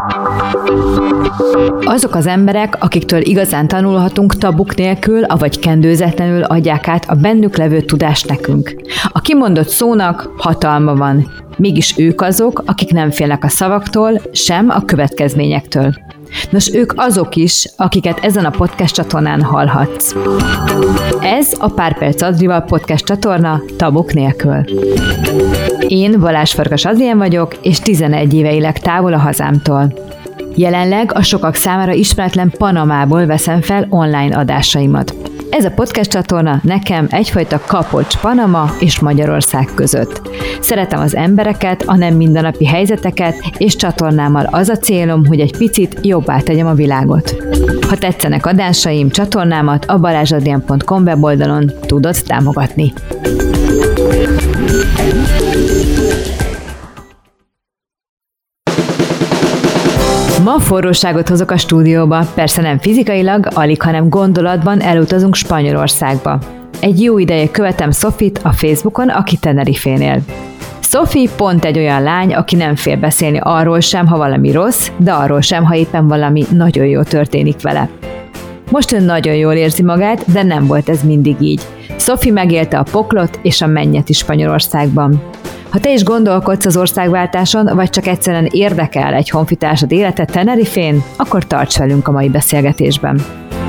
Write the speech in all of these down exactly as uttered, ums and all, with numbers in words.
Azok az emberek, akiktől igazán tanulhatunk tabuk nélkül, avagy kendőzetlenül adják át a bennük levő tudást nekünk. A kimondott szónak hatalma van. Mégis ők azok, akik nem félnek a szavaktól, sem a következményektől. Nos, ők azok is, akiket ezen a podcast csatornán hallhatsz. Ez a Pár Perc Adrival podcast csatorna tabuk nélkül. Én Balázs Farkas Adrien vagyok, és tizenegy éve élek távol a hazámtól. Jelenleg a sokak számára ismeretlen Panamából veszem fel online adásaimat. Ez a podcast csatorna nekem egyfajta kapocs Panama és Magyarország között. Szeretem az embereket, a nem mindennapi helyzeteket, és csatornámmal az a célom, hogy egy picit jobbá tegyem a világot. Ha tetszenek adásaim, csatornámat a balázsadrian pont com weboldalon tudod támogatni. Ma forróságot hozok a stúdióba, persze nem fizikailag, alig, hanem gondolatban elutazunk Spanyolországba. Egy jó ideje követem Sofit a Facebookon, aki Tenerifén él. Sophie pont egy olyan lány, aki nem fél beszélni arról sem, ha valami rossz, de arról sem, ha éppen valami nagyon jó történik vele. Most ő nagyon jól érzi magát, de nem volt ez mindig így. Sophie megélte a poklot és a mennyet is Spanyolországban. Ha te is gondolkodsz az országváltáson, vagy csak egyszerűen érdekel egy honfitársad élete Tenerifén, akkor tarts velünk a mai beszélgetésben.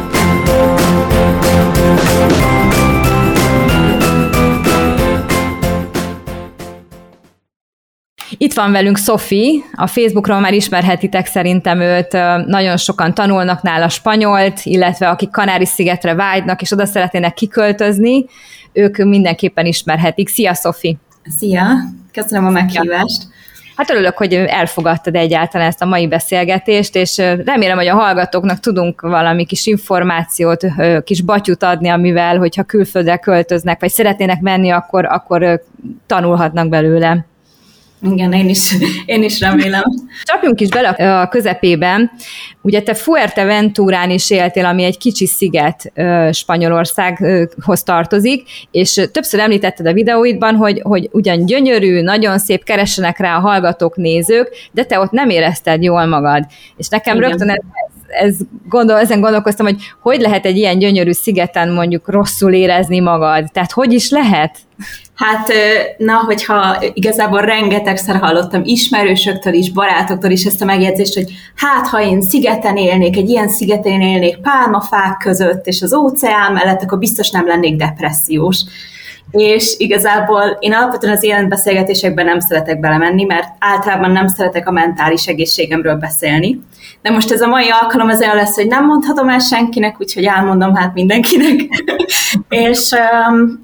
Itt van velünk Sophie, a Facebookról már ismerhetitek szerintem őt, nagyon sokan tanulnak nála spanyolt, illetve akik Kanári-szigetre vágynak, és oda szeretnének kiköltözni, ők mindenképpen ismerhetik. Szia, Sophie! Szia! Köszönöm a meghívást! Hát örülök, hogy elfogadtad egyáltalán ezt a mai beszélgetést, és remélem, hogy a hallgatóknak tudunk valami kis információt, kis batyut adni, amivel, hogyha külföldre költöznek, vagy szeretnének menni, akkor, akkor tanulhatnak belőle. Igen, én is, én is remélem. Csapjunk is bele a közepében. Ugye te Fuerteventurán is éltél, ami egy kicsi sziget Spanyolországhoz tartozik, és többször említetted a videóidban, hogy, hogy ugyan gyönyörű, nagyon szép, keressenek rá a hallgatók, nézők, de te ott nem érezted jól magad. És nekem igen. rögtön ez, ez gondol, ezen gondolkoztam, hogy hogy lehet egy ilyen gyönyörű szigeten mondjuk rosszul érezni magad? Tehát hogy is lehet? Hát, na, hogyha igazából rengetegszer hallottam ismerősöktől is, barátoktól is ezt a megjegyzést, hogy hát, ha én szigeten élnék, egy ilyen szigeten élnék pálmafák között, és az óceán mellett, akkor biztos nem lennék depressziós. És igazából én alapvetően az ilyen beszélgetésekben nem szeretek belemenni, mert általában nem szeretek a mentális egészségemről beszélni. De most ez a mai alkalom az olyan lesz, hogy nem mondhatom el senkinek, úgyhogy elmondom hát mindenkinek. és... Um,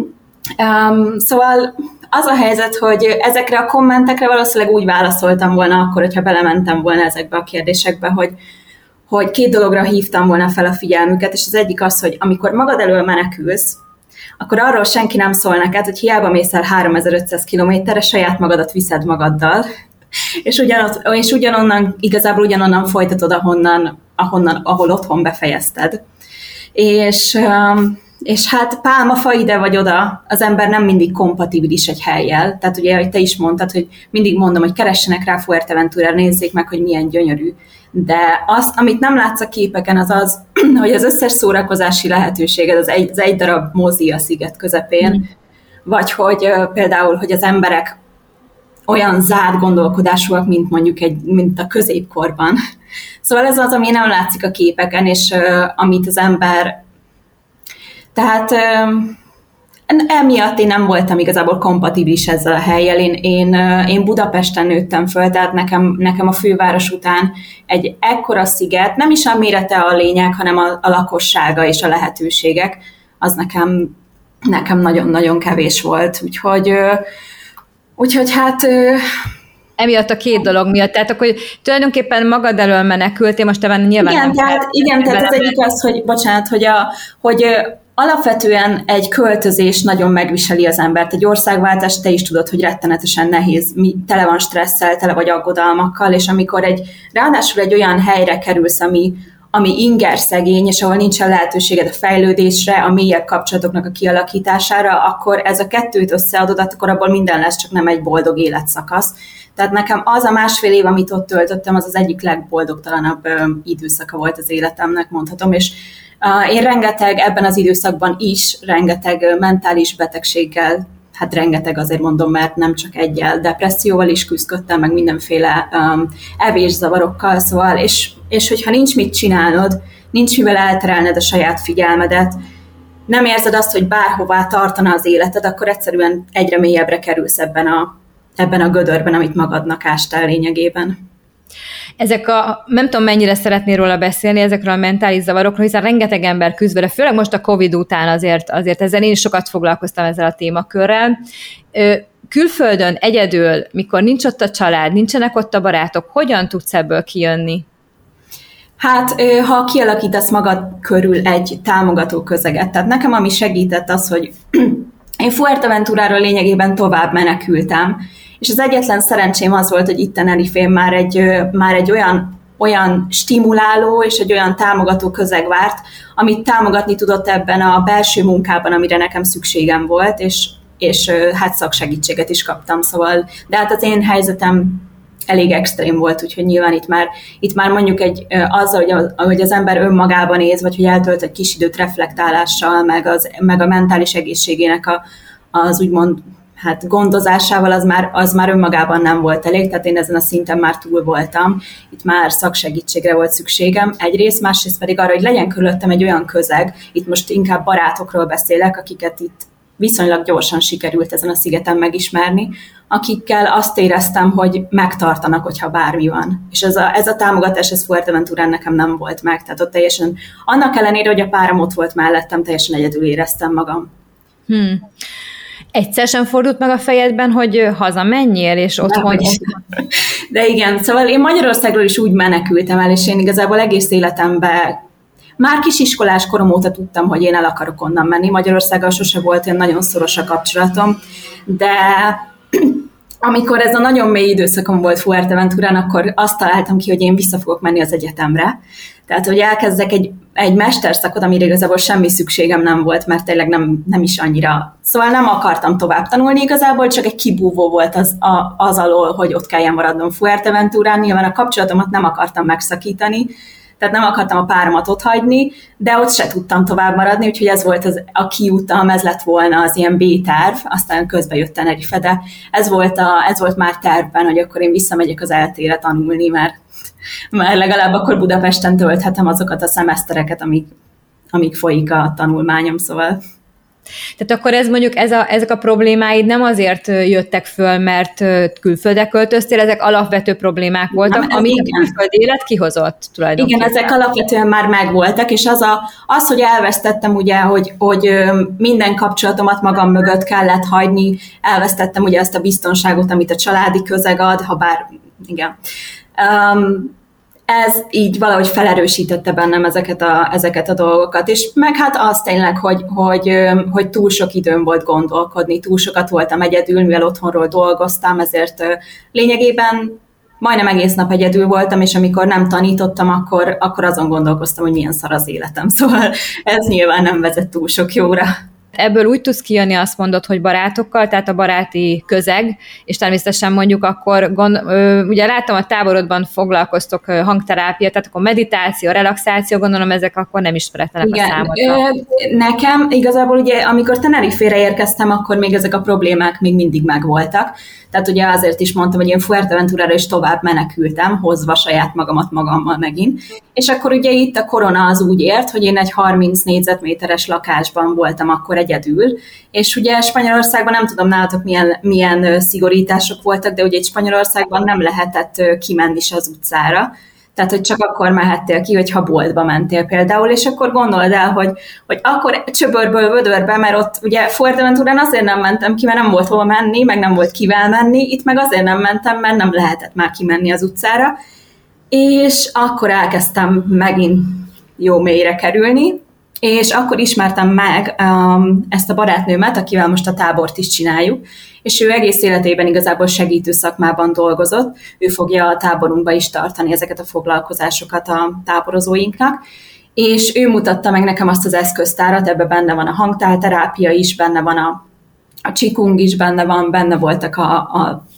Um, szóval az a helyzet, hogy ezekre a kommentekre valószínűleg úgy válaszoltam volna akkor, hogyha belementem volna ezekbe a kérdésekbe, hogy, hogy két dologra hívtam volna fel a figyelmüket, és az egyik az, hogy amikor magad elől menekülsz, akkor arról senki nem szól neked, hogy hiába mész el háromezer-ötszáz kilométerre, saját magadat viszed magaddal, és, ugyanott, és ugyanonnan, igazából ugyanonnan folytatod, ahonnan, ahonnan, ahol otthon befejezted. És... Um, És hát pálmafa ide vagy oda, az ember nem mindig kompatibilis egy hellyel. Tehát ugye, ahogy te is mondtad, hogy mindig mondom, hogy keressenek rá Fuerteventurára, nézzék meg, hogy milyen gyönyörű. De az, amit nem látsz a képeken, az az, hogy az összes szórakozási lehetőséged az egy, az egy darab mozi a sziget közepén, mm. vagy hogy uh, például, hogy az emberek olyan zárt gondolkodásúak, mint mondjuk egy, mint a középkorban. Szóval ez az, ami nem látszik a képeken, és uh, amit az ember... Tehát emiatt én nem voltam igazából kompatibilis ezzel a hellyel. Én, én, én Budapesten nőttem föl, tehát nekem, nekem a főváros után egy ekkora sziget, nem is a mérete a lényeg, hanem a, a lakossága és a lehetőségek, az nekem, nekem nagyon-nagyon kevés volt. Úgyhogy, úgyhogy hát... Emiatt a két dolog miatt, tehát akkor tulajdonképpen magad elől menekültél, most ebben nyilván igen, nem tehát, igen, tehát az egyik az, hogy, bocsánat, hogy, a, hogy alapvetően egy költözés nagyon megviseli az embert. Egy országváltás, te is tudod, hogy rettenetesen nehéz, tele van stresszel, tele vagy aggodalmakkal, és amikor egy, ráadásul egy olyan helyre kerülsz, ami, ami inger szegény, és ahol nincsen lehetőséged a fejlődésre, a mélyebb kapcsolatoknak a kialakítására, akkor ez a kettőt összeadod, akkor abból minden lesz, csak nem egy boldog életszakasz. Tehát nekem az a másfél év, amit ott töltöttem, az az egyik legboldogtalanabb időszaka volt az életemnek, mondhatom, és én rengeteg, ebben az időszakban is rengeteg mentális betegséggel, hát rengeteg azért mondom, mert nem csak egyel, depresszióval is küzdöttem, meg mindenféle um, evészavarokkal, szóval, és, és hogyha nincs mit csinálnod, nincs mivel elterelned a saját figyelmedet, nem érzed azt, hogy bárhová tartana az életed, akkor egyszerűen egyre mélyebbre kerülsz ebben a, ebben a gödörben, amit magadnak ástál lényegében. Ezek a, nem tudom mennyire szeretnél róla beszélni, ezekről a mentális zavarokról, hiszen rengeteg ember küzd vele, főleg most a Covid után azért, azért ezzel én is sokat foglalkoztam ezzel a témakörrel. Külföldön egyedül, mikor nincs ott a család, nincsenek ott a barátok, hogyan tudsz ebből kijönni? Hát, ha kialakítasz magad körül egy támogató közeget, tehát nekem ami segített az, hogy én Fuerteventuráról lényegében tovább menekültem, és az egyetlen szerencsém az volt, hogy itt Tenerifén már egy, már egy olyan, olyan stimuláló és egy olyan támogató közeg várt, amit támogatni tudott ebben a belső munkában, amire nekem szükségem volt, és, és hát szaksegítséget is kaptam, szóval, de hát az én helyzetem elég extrém volt, úgyhogy nyilván itt már, itt már mondjuk egy, azzal, hogy, a, hogy az ember önmagában néz, vagy hogy eltölt egy kis időt reflektálással, meg, az, meg a mentális egészségének a, az úgymond hát gondozásával, az már, az már önmagában nem volt elég, tehát én ezen a szinten már túl voltam. Itt már szaksegítségre volt szükségem egyrészt, másrészt pedig arra, hogy legyen körülöttem egy olyan közeg, itt most inkább barátokról beszélek, akiket itt viszonylag gyorsan sikerült ezen a szigeten megismerni, akikkel azt éreztem, hogy megtartanak, hogyha bármi van. És ez a, ez a támogatás, ez Fuerteventurán nekem nem volt meg, tehát ott teljesen, annak ellenére, hogy a párom ott volt mellettem, teljesen egyedül éreztem magam. Hmm. Egyszer sem fordult meg a fejedben, hogy hazamenjél, és otthon... De igen, szóval én Magyarországról is úgy menekültem el, és én igazából egész életemben már kisiskolás korom óta tudtam, hogy én el akarok onnan menni. Magyarországgal sose volt olyan nagyon szoros a kapcsolatom, de amikor ez a nagyon mély időszakom volt Fuerteventurán, akkor azt találtam ki, hogy én vissza fogok menni az egyetemre. Tehát, hogy elkezdek egy, egy mesterszakot, amire igazából semmi szükségem nem volt, mert tényleg nem, nem is annyira... Szóval nem akartam tovább tanulni igazából, csak egy kibúvó volt az, a, az alól, hogy ott kelljen maradnom Fuerteventurán. Nyilván a kapcsolatomat nem akartam megszakítani, tehát nem akartam a páromat ott hagyni, de ott se tudtam tovább maradni, úgyhogy ez volt az, a kiútam, ez lett volna az ilyen B-terv, aztán közben jött Tenerife, de ez volt, a, ez volt már tervben, hogy akkor én visszamegyek az eltére tanulni, mert, mert legalább akkor Budapesten tölthetem azokat a szemesztereket, amik, amik folyik a tanulmányom, szóval... Tehát akkor ez mondjuk, ez a, ezek a problémáid nem azért jöttek föl, mert külföldre költöztél, ezek alapvető problémák voltak, nem, amit a külföldi élet kihozott tulajdonképpen. Igen, ezek alapvetően már megvoltak, és az, a, az hogy elvesztettem ugye, hogy, hogy minden kapcsolatomat magam mögött kellett hagyni, elvesztettem ugye azt a biztonságot, amit a családi közeg ad, ha bár, igen. Um, ez így valahogy felerősítette bennem ezeket a, ezeket a dolgokat, és meg hát az tényleg, hogy, hogy, hogy túl sok időm volt gondolkodni, túl sokat voltam egyedül, mivel otthonról dolgoztam, ezért lényegében majdnem egész nap egyedül voltam, és amikor nem tanítottam, akkor, akkor azon gondolkoztam, hogy milyen szar az életem, szóval ez nyilván nem vezet túl sok jóra. Ebből úgy tudsz kijönni, azt mondod, hogy barátokkal, tehát a baráti közeg, és természetesen mondjuk akkor, gond, ugye láttam a táborodban foglalkoztok hangterápia, tehát akkor meditáció, relaxáció, gondolom ezek akkor nem ismeretlenek a számodra. Nekem igazából ugye, amikor Tenerifére érkeztem, akkor még ezek a problémák még mindig megvoltak. Tehát ugye azért is mondtam, hogy én Fuerteventurára is tovább menekültem, hozva saját magamat magammal megint. És akkor ugye itt a korona az úgy ért, hogy én egy harminc négyzetméteres lakásban voltam akkor egyedül, és ugye Spanyolországban nem tudom nálatok milyen, milyen szigorítások voltak, de ugye Spanyolországban nem lehetett kimenni se az utcára. Tehát, hogy csak akkor mehettél ki, hogyha boltba mentél például, és akkor gondold el, hogy, hogy akkor csöbörből vödörbe, mert ott ugye Fuerteventurán azért nem mentem ki, mert nem volt hol menni, meg nem volt kivel menni, itt meg azért nem mentem, mert nem lehetett már kimenni az utcára, és akkor elkezdtem megint jó mélyre kerülni, és akkor ismertem meg um, ezt a barátnőmet, akivel most a tábort is csináljuk, és ő egész életében igazából segítő szakmában dolgozott, ő fogja a táborunkba is tartani ezeket a foglalkozásokat a táborozóinknak, és ő mutatta meg nekem azt az eszköztárat, ebben benne van a hangtálterápia is, benne van a, a csikung is, benne van, benne voltak a, a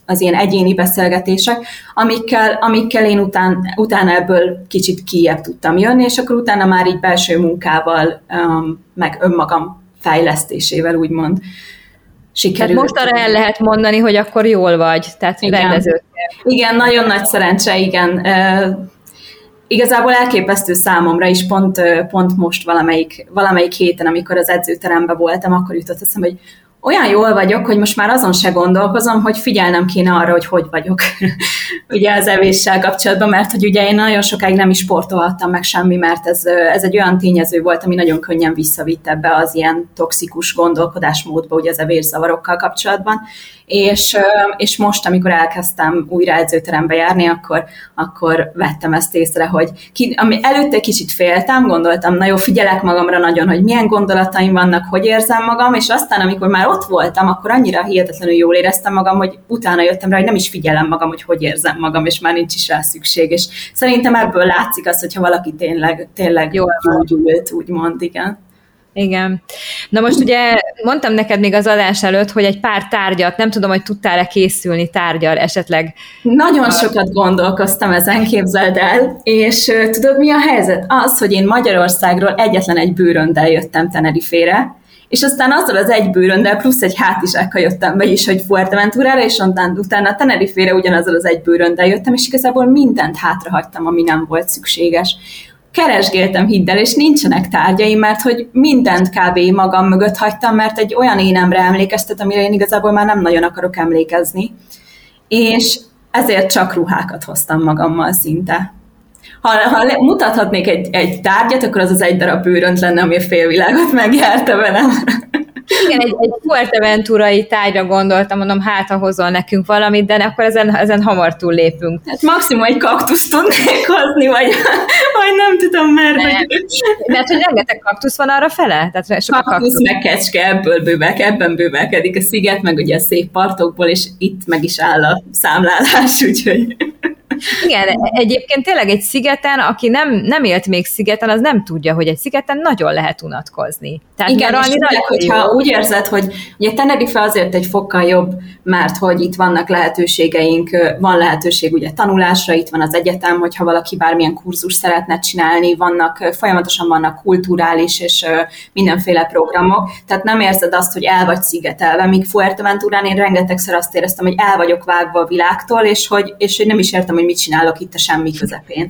az ilyen egyéni beszélgetések, amikkel, amikkel én után, utána ebből kicsit kijebb tudtam jönni, és akkor utána már így belső munkával, um, meg önmagam fejlesztésével úgymond sikerült. Tehát most arra el lehet mondani, hogy akkor jól vagy, tehát rendezőként. Igen, nagyon nagy szerencse, igen. Uh, igazából elképesztő számomra is, pont, pont most valamelyik, valamelyik héten, amikor az edzőteremben voltam, akkor jutott eszembe, hogy olyan jól vagyok, hogy most már azon se gondolkozom, hogy figyelnem kéne arra, hogy hogy vagyok ugye az evéssel kapcsolatban, mert hogy ugye én nagyon sokáig nem is sportolhattam meg semmi, mert ez, ez egy olyan tényező volt, ami nagyon könnyen visszavitt ebbe az ilyen toxikus gondolkodásmódba, ugye az evészavarokkal kapcsolatban, és, és most, amikor elkezdtem újra edzőterembe járni, akkor, akkor vettem ezt észre, hogy ki, ami előtte kicsit féltem, gondoltam, na jó, figyelek magamra nagyon, hogy milyen gondolataim vannak, hogy érzem magam, és aztán, amikor már ott voltam, akkor annyira hihetetlenül jól éreztem magam, hogy utána jöttem rá, hogy nem is figyelem magam, hogy hogy érzem magam, és már nincs is rá szükség, és szerintem ebből látszik az, hogyha valaki tényleg, tényleg jól gyógyult, úgymond, igen. Igen. Na most ugye mondtam neked még az adás előtt, hogy egy pár tárgyat, nem tudom, hogy tudtál-e készülni tárgyal esetleg. Nagyon sokat gondolkoztam ezen, képzeld el, és uh, tudod, mi a helyzet? Az, hogy én Magyarországról egyetlen egy bőröndel jöttem Tenerifére, és aztán azzal az egy bőröndel plusz egy hátizsákkal jöttem be is, hogy Fuerteventurára, és onnan utána Tenerifére ugyanazzal az egy bőröndel jöttem, és igazából mindent hátrahagytam, ami nem volt szükséges. Keresgéltem, hidd el, és nincsenek tárgyaim, mert hogy mindent kb. Magam mögött hagytam, mert egy olyan énemre emlékeztet, amire én igazából már nem nagyon akarok emlékezni. És ezért csak ruhákat hoztam magammal szinte. Ha, ha mutathatnék egy, egy tárgyat, akkor az az egy darab bőrönt lenne, ami a félvilágot megjárta velem. Igen, egy, egy fuerteventurai tárgyra gondoltam, mondom, hát ha hozol nekünk valamit, de akkor ezen, ezen hamar túllépünk. Hát maximum egy kaktuszt tudnék hozni, vagy, vagy nem tudom, mert... Nem. Hogy... Mert hogy rengeteg kaktusz van arra fele? Tehát sok kaktusz, kaktusz, meg kecske, ebből bővelk, ebben bővelkedik a sziget, meg ugye a szép partokból, és itt meg is áll a számlálás, úgyhogy... Igen, egyébként tényleg egy szigeten, aki nem, nem élt még szigeten, az nem tudja, hogy egy szigeten nagyon lehet unatkozni. Tehát igen, és tényleg, hogyha úgy érzed, hogy ugye Tenerife azért egy fokkal jobb, mert hogy itt vannak lehetőségeink, van lehetőség ugye tanulásra, itt van az egyetem, hogyha valaki bármilyen kurzus szeretne csinálni, vannak, folyamatosan vannak kulturális és mindenféle programok, tehát nem érzed azt, hogy el vagy szigetelve, míg Fuerteventurán én rengetegszer azt éreztem, hogy el vagyok vágva a világtól, és hogy, és hogy nem is értem, hogy mit csinálok itt a semmi közepén.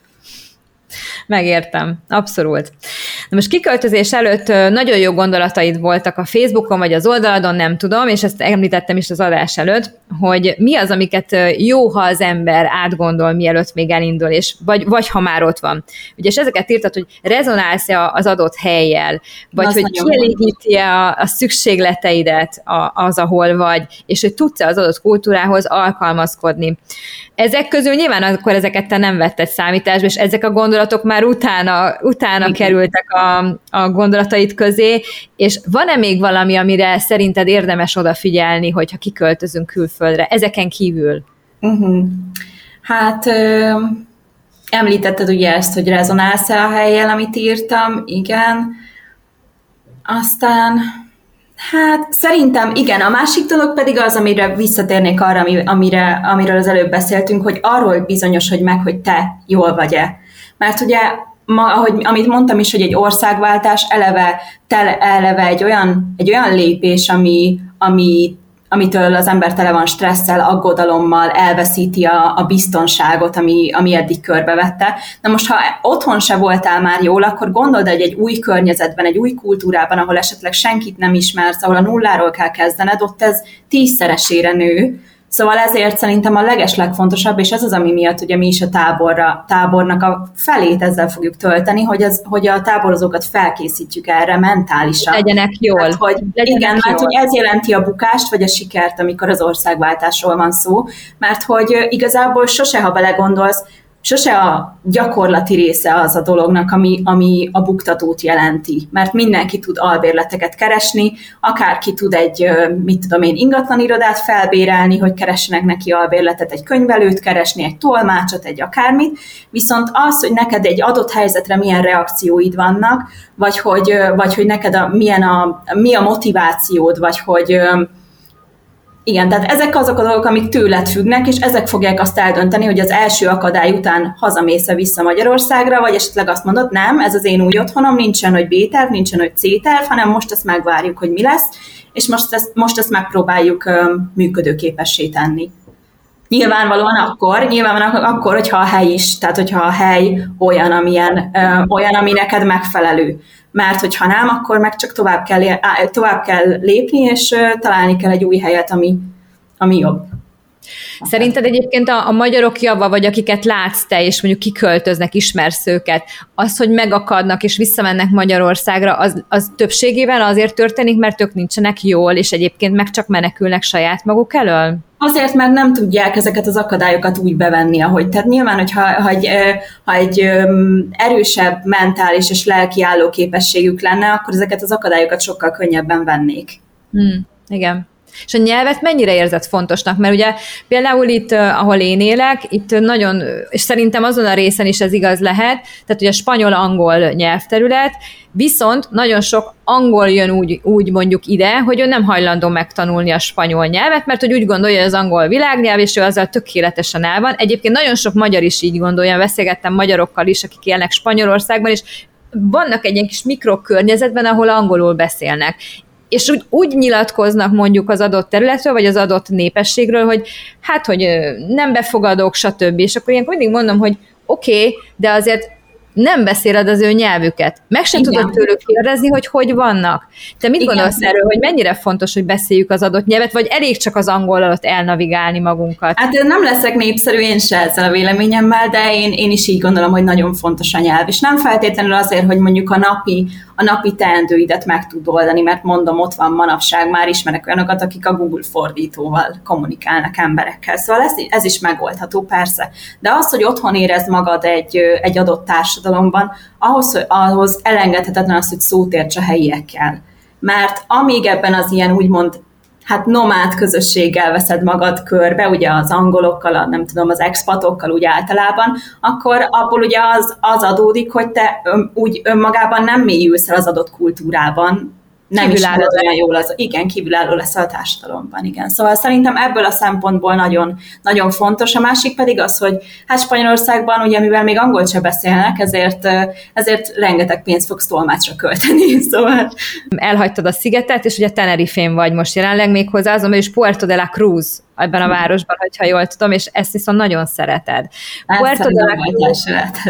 Megértem, abszolút. Na most kiköltözés előtt nagyon jó gondolataid voltak a Facebookon, vagy az oldaladon, nem tudom, és ezt említettem is az adás előtt, hogy mi az, amiket jó, ha az ember átgondol, mielőtt még elindul, és vagy, vagy ha már ott van. Ugye, és ezeket írtad, hogy rezonálsz-e az adott hellyel, vagy az hogy kielégíti-e a, a szükségleteidet a, az, ahol vagy, és hogy tudsz-e az adott kultúrához alkalmazkodni. Ezek közül nyilván akkor ezeket te nem vetted számításba, és ezek a gondolatok már utána, utána kerültek a, a gondolataid közé, és van-e még valami, amire szerinted érdemes odafigyelni, hogyha kiköltözünk külföldre, ezeken kívül? Uh-huh. Hát ö, említetted ugye ezt, hogy rezonálsz-e a hellyel, amit írtam, igen. Aztán... Hát szerintem igen, a másik dolog pedig az, amire visszatérnék arra, amire, amiről az előbb beszéltünk, hogy arról bizonyosodj meg, hogy te jól vagy-e. Mert ugye, ma, ahogy, amit mondtam is, hogy egy országváltás eleve, tele, eleve egy, olyan, egy olyan lépés, ami, ami, amitől az ember tele van stresszel, aggodalommal, elveszíti a, a biztonságot, ami, ami eddig körbevette. Na most, ha otthon se voltál már jól, akkor gondold, hogy egy új környezetben, egy új kultúrában, ahol esetleg senkit nem ismersz, ahol a nulláról kell kezdened, ott ez tízszeresére nő. Szóval ezért szerintem a legeslegfontosabb, és ez az, ami miatt ugye mi is a táborra, tábornak a felét ezzel fogjuk tölteni, hogy, az, hogy a táborozókat felkészítjük erre mentálisan. Legyenek jól. Hát, hogy Legyenek igen, jól. mert hogy ez jelenti a bukást, vagy a sikert, amikor az országváltásról van szó, mert hogy igazából sose, ha belegondolsz, sose a gyakorlati része az a dolognak, ami, ami a buktatót jelenti. Mert mindenki tud albérleteket keresni, akárki tud egy, mit tudom én, ingatlanirodát felbérelni, hogy keressenek neki albérletet, egy könyvelőt keresni, egy tolmácsot, egy akármit. Viszont az, hogy neked egy adott helyzetre milyen reakcióid vannak, vagy hogy, vagy hogy neked a, milyen a, mi a motivációd, vagy hogy... Igen, tehát ezek azok a dolgok, amik tőled függnek, és ezek fogják azt eldönteni, hogy az első akadály után hazamész vissza Magyarországra, vagy esetleg azt mondod, nem, ez az én új otthonom, nincsen, hogy B-terv, nincsen, hogy C-terv, hanem most ezt megvárjuk, hogy mi lesz, és most ezt, most ezt megpróbáljuk um, működőképessé tenni. Nyilvánvalóan akkor, nyilvánvalóan akkor, hogyha a hely is, tehát hogyha a hely olyan, amilyen, uh, olyan, ami neked megfelelő. Mert hogyha nem, akkor meg csak tovább kell, tovább kell lépni, és uh, találni kell egy új helyet, ami, ami jobb. Szerinted egyébként a, a magyarok java, vagy akiket látsz te, és mondjuk kiköltöznek, ismersz őket, az, hogy megakadnak és visszamennek Magyarországra, az, az többségében azért történik, mert ők nincsenek jól, és egyébként meg csak menekülnek saját maguk elől? Azért, mert nem tudják ezeket az akadályokat úgy bevenni, ahogy. Tehát nyilván, hogyha ha egy, ha egy erősebb mentális és lelki állóképességük lenne, akkor ezeket az akadályokat sokkal könnyebben vennék. Hmm, igen. És a nyelvet mennyire érzed fontosnak? Mert ugye például itt, ahol én élek, itt nagyon, és szerintem azon a részen is ez igaz lehet, tehát ugye spanyol-angol nyelvterület, viszont nagyon sok angol jön úgy, úgy mondjuk ide, hogy ő nem hajlandó megtanulni a spanyol nyelvet, mert hogy úgy gondolja, hogy az angol világnyelv, és ő azzal tökéletesen el van. Egyébként nagyon sok magyar is így gondolja, beszélgettem magyarokkal is, akik élnek Spanyolországban, és vannak egy ilyen kis mikrokörnyezetben, ahol angolul beszélnek. És úgy, úgy nyilatkoznak mondjuk az adott területről, vagy az adott népességről, hogy hát, hogy nem befogadók, stb. És akkor ilyenkor mindig mondom, hogy oké, okay, de azért nem beszéled az ő nyelvüket. Meg sem Igen. tudod tőlük kérdezni, hogy hogy vannak. Te mit Igen. gondolsz erről, hogy mennyire fontos, hogy beszéljük az adott nyelvet, vagy elég csak az angol alatt elnavigálni magunkat? Hát nem leszek népszerű én se ezzel a véleményemmel, de én, én is így gondolom, hogy nagyon fontos a nyelv. És nem feltétlenül azért, hogy mondjuk a napi, a napi teendőidet meg tud oldani, mert mondom, ott van manapság, már ismerek olyanokat, akik a Google fordítóval kommunikálnak emberekkel. Szóval ez, ez is megoldható, persze. De az, hogy otthon érezd magad egy, egy adott társadalomban, ahhoz, ahhoz elengedhetetlen az, hogy szót érts a helyiekkel. Mert amíg ebben az ilyen úgymond hát nomád közösséggel veszed magad körbe, ugye az angolokkal, a, nem tudom, az expatokkal úgy általában, akkor abból ugye az, az adódik, hogy te ön, úgy önmagában nem mélyülsz el az adott kultúrában, nem is olyan jól az, igen, kívülálló lesz a társadalomban, igen. Szóval szerintem ebből a szempontból nagyon, nagyon fontos. A másik pedig az, hogy hát Spanyolországban, ugye mivel még angolt se beszélnek, ezért, ezért rengeteg pénzt fogsz tolmácsra költeni, szóval. Elhagytad a szigetet, és ugye Tenerifén vagy most jelenleg még hozzá, azon is Puerto de la Cruz ebben a városban, hogyha jól tudom, és ezt viszont nagyon szereted. Puerto de la Cruz.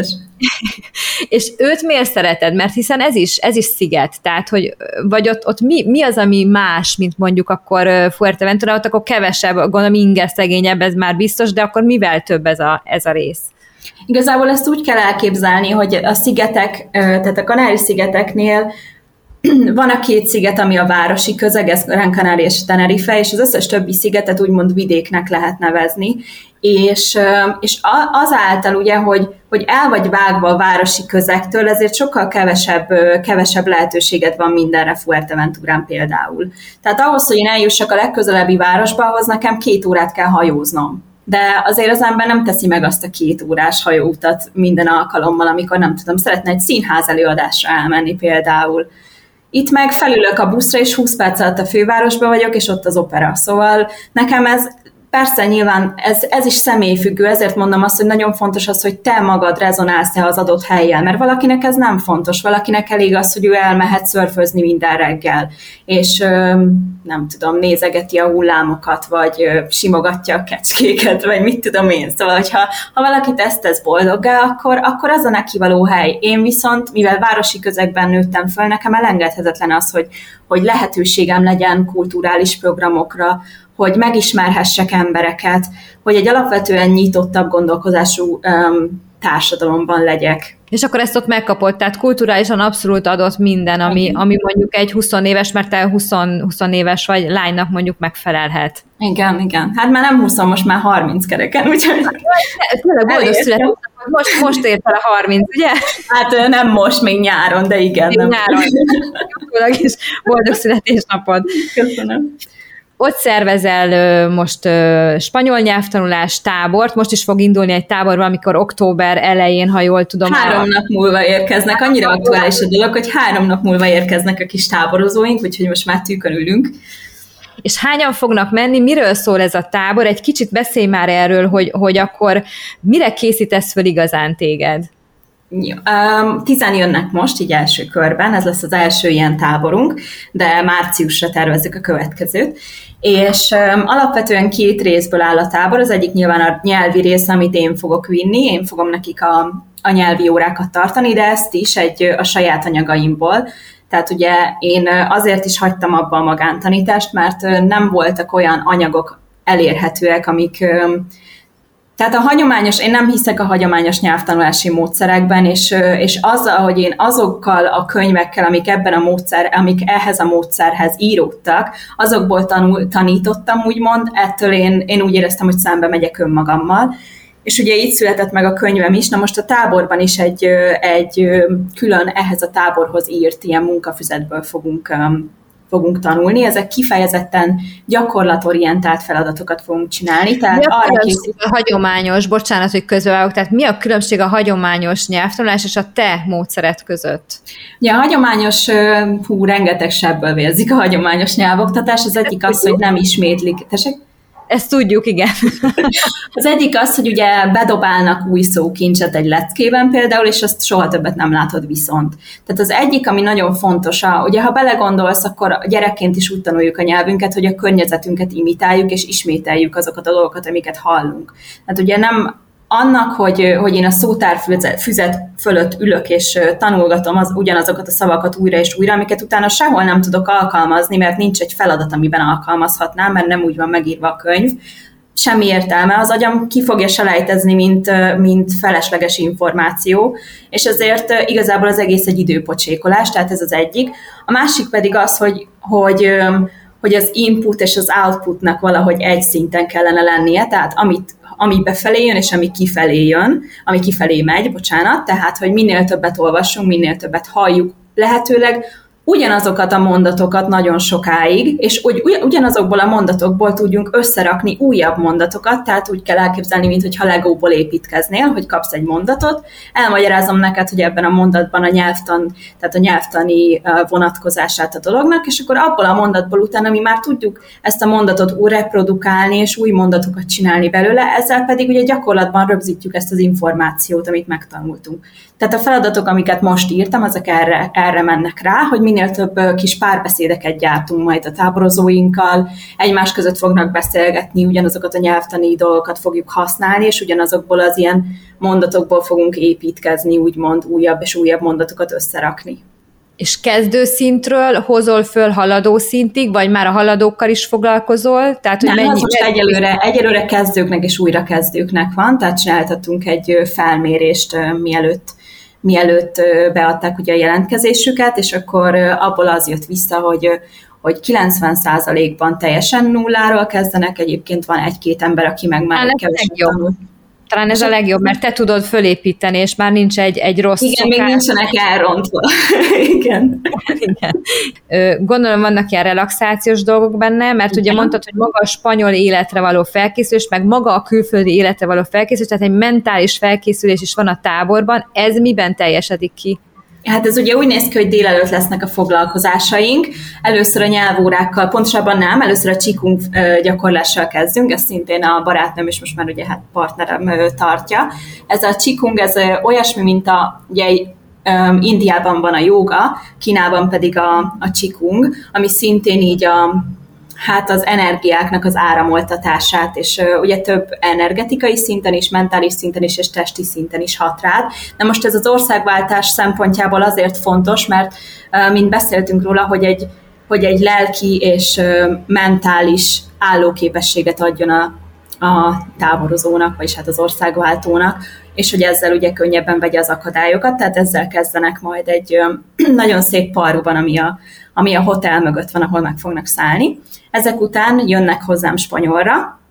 És őt miért szereted? Mert hiszen ez is, ez is sziget, tehát, hogy vagy ott, ott mi, mi az, ami más, mint mondjuk akkor Fuerteventura, ott akkor kevesebb, gondolom inger szegényebb, ez már biztos, de akkor mivel több ez a, ez a rész? Igazából ezt úgy kell elképzelni, hogy a szigetek, tehát a Kanári-szigeteknél van a két sziget, ami a városi közeg, ez Gran Canaria és Tenerife, és az összes többi szigetet úgymond vidéknek lehet nevezni, és, és azáltal ugye, hogy, hogy el vagy vágva a városi közegtől, ezért sokkal kevesebb, kevesebb lehetőséged van mindenre Fuerteventurán például. Tehát ahhoz, hogy én eljussak a legközelebbi városba, ahhoz nekem két órát kell hajóznom. De azért az ember nem teszi meg azt a két órás hajóutat minden alkalommal, amikor nem tudom, szeretne egy színház előadásra elmenni például. Itt meg felülök a buszra, és húsz perc alatt a fővárosban vagyok, és ott az opera. Szóval nekem ez, persze nyilván ez, ez is személyfüggő, ezért mondom azt, hogy nagyon fontos az, hogy te magad rezonálsz-e az adott helyen, mert valakinek ez nem fontos, valakinek elég az, hogy ő elmehet szörfözni minden reggel, és nem tudom, nézegeti a hullámokat, vagy simogatja a kecskéket, vagy mit tudom én. Szóval, hogyha ha valaki ezt tesz boldoggá, akkor, akkor az a neki való hely. Én viszont, mivel városi közegben nőttem föl, nekem elengedhetetlen az, hogy, hogy lehetőségem legyen kulturális programokra, hogy megismerhessek embereket, hogy egy alapvetően nyitottabb gondolkozású um, társadalomban legyek. És akkor ezt ott megkapott, tehát kulturálisan abszolút adott minden, ami, ami mondjuk egy húsz éves, mert te húsz, húsz éves vagy, lánynak mondjuk megfelelhet. Igen, igen. Hát már nem húsz, most már harminc kereken, úgyhogy... Tényleg boldog születésnapod. Most, most ért el a harminc, ugye? Hát nem most, még nyáron, de igen. Még nem. Nyáron. És boldog születésnapod. Köszönöm. Ott szervezel most spanyol nyelvtanulás tábort, most is fog indulni egy tábor, amikor október elején, ha jól tudom. Három a... nap múlva érkeznek, annyira aktuális a dolog, hogy három nap múlva érkeznek a kis táborozóink, úgyhogy most már tűkön ülünk. És hányan fognak menni? Miről szól ez a tábor? Egy kicsit beszélj már erről, hogy, hogy akkor mire készítesz föl igazán téged? Um, tizen jönnek most, így első körben, ez lesz az első ilyen táborunk, de márciusra tervezzük a következőt. És um, alapvetően két részből áll a tábor, az egyik nyilván a nyelvi rész, amit én fogok vinni, én fogom nekik a, a nyelvi órákat tartani, de ezt is egy, a saját anyagaimból. Tehát ugye én azért is hagytam abba a magántanítást, mert nem voltak olyan anyagok elérhetőek, amik... Tehát a hagyományos, én nem hiszek a hagyományos nyelvtanulási módszerekben, és, és azzal, hogy én azokkal a könyvekkel, amik ebben a módszer, amik ehhez a módszerhez íródtak, azokból tanul, tanítottam, úgymond, ettől én, én úgy éreztem, hogy szembe megyek önmagammal. És ugye így született meg a könyvem is, na most a táborban is egy, egy külön ehhez a táborhoz írt ilyen munkafüzetből fogunk, fogunk tanulni. Ezek kifejezetten gyakorlatorientált feladatokat fogunk csinálni. Tehát mi a arra különbség a hagyományos, bocsánat, hogy közbevágok, tehát mi a különbség a hagyományos nyelvtanulás és a te módszered között? Ja, a hagyományos, hú, rengeteg sebből vérzik a hagyományos nyelvoktatás. Az egyik az, hogy nem ismétlik. Tessék? Ezt tudjuk, igen. Az egyik az, hogy ugye bedobálnak új szókincset egy leckében például, és azt soha többet nem látod viszont. Tehát az egyik, ami nagyon fontos, a, ugye ha belegondolsz, akkor gyerekként is úgy tanuljuk a nyelvünket, hogy a környezetünket imitáljuk, és ismételjük azokat a dolgokat, amiket hallunk. Tehát ugye nem annak, hogy, hogy én a szótárfüzet fölött ülök, és tanulgatom az, ugyanazokat a szavakat újra és újra, amiket utána sehol nem tudok alkalmazni, mert nincs egy feladat, amiben alkalmazhatnám, mert nem úgy van megírva a könyv. Semmi értelme, az agyam ki fogja selejtezni, mint, mint felesleges információ, és ezért igazából az egész egy időpocsékolás, tehát ez az egyik. A másik pedig az, hogy, hogy, hogy az input és az outputnak valahogy egy szinten kellene lennie, tehát amit ami befelé jön, és ami kifelé jön, ami kifelé megy, bocsánat, tehát, hogy minél többet olvassunk, minél többet halljuk, lehetőleg ugyanazokat a mondatokat nagyon sokáig, és hogy ugyanazokból a mondatokból tudjunk összerakni újabb mondatokat, tehát úgy kell elképzelni, mintha Legóból építkeznél, hogy kapsz egy mondatot, elmagyarázom neked, hogy ebben a mondatban a nyelvtan, tehát a nyelvtani vonatkozását a dolognak, és akkor abból a mondatból utána mi már tudjuk ezt a mondatot új reprodukálni, és új mondatokat csinálni belőle, ezzel pedig ugye gyakorlatban rögzítjük ezt az információt, amit megtanultunk. Tehát a feladatok, amiket most írtam, azok erre, erre mennek rá, hogy minél több kis párbeszédeket gyártunk majd a táborozóinkkal, egymás között fognak beszélgetni, ugyanazokat a nyelvtani dolgokat fogjuk használni, és ugyanazokból az ilyen mondatokból fogunk építkezni, úgymond újabb és újabb mondatokat összerakni. És kezdő szintről hozol föl haladó szintig, vagy már a haladókkal is foglalkozol? Tehát, hogy nem, mennyi... az most egyelőre, egyelőre kezdőknek és újrakezdőknek van, tehát csináltattunk egy felmérést mielőtt mielőtt beadták ugye a jelentkezésüket, és akkor abból az jött vissza, hogy, hogy kilencven százalékban teljesen nulláról kezdenek, egyébként van egy-két ember, aki meg már kevesebb tanul. Talán ez a legjobb, mert te tudod fölépíteni, és már nincs egy, egy rossz Igen, szokás. még nincsenek elrontva. Igen. Igen. Gondolom vannak ilyen relaxációs dolgok benne, mert igen. Ugye mondtad, hogy maga a spanyol életre való felkészülés, meg maga a külföldi életre való felkészülés, tehát egy mentális felkészülés is van a táborban. Ez miben teljesedik ki? Hát ez ugye úgy néz ki, hogy délelőtt lesznek a foglalkozásaink. Először a nyelvórákkal, pontosabban nem, először a Qigong gyakorlással kezdünk, ezt szintén a barátnőm és most már ugye hát partnerem tartja. Ez a Qigong, ez olyasmi, mint a, ugye Indiában van a jóga, Kínában pedig a, a Qigong, ami szintén így a hát az energiáknak az áramoltatását, és uh, ugye több energetikai szinten is, mentális szinten is, és testi szinten is hat rád. Na most ez az országváltás szempontjából azért fontos, mert uh, mint beszéltünk róla, hogy egy, hogy egy lelki és uh, mentális állóképességet adjon a, a táborozónak, vagyis hát az országváltónak, és hogy ezzel ugye könnyebben vegye az akadályokat, tehát ezzel kezdenek majd egy uh, nagyon szép parkban, ami a, ami a hotel mögött van, ahol meg fognak szállni. Ezek után jönnek hozzám spanyolra,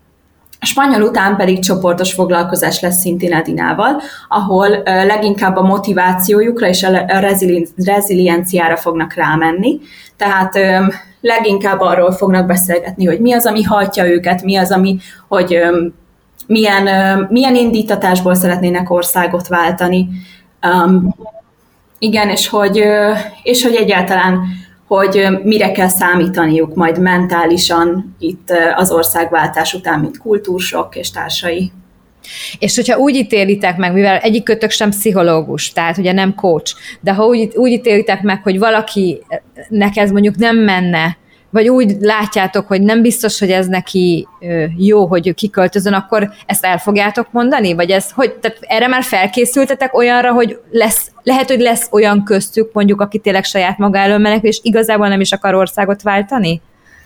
a spanyol után pedig csoportos foglalkozás lesz szintén Edinával, ahol uh, leginkább a motivációjukra és a rezili- rezilienciára fognak rámenni. Tehát um, leginkább arról fognak beszélgetni, hogy mi az, ami hajtja őket, mi az, ami, hogy um, milyen, um, milyen indítatásból szeretnének országot váltani. Um, igen, és hogy, uh, és hogy egyáltalán hogy mire kell számítaniuk majd mentálisan itt az országváltás után, mint kultúrsokk és társai. És hogyha úgy ítélitek meg, mivel egyik kötök sem pszichológus, tehát ugye nem coach, de ha úgy, úgy ítélitek meg, hogy valakinek ez mondjuk nem menne, vagy úgy látjátok, hogy nem biztos, hogy ez neki jó, hogy kiköltözön, akkor ezt el fogjátok mondani? Vagy ez, hogy, tehát erre már felkészültetek olyanra, hogy lesz, lehet, hogy lesz olyan köztük, mondjuk, aki tényleg saját maga elől menekül, és igazából nem is akar országot váltani?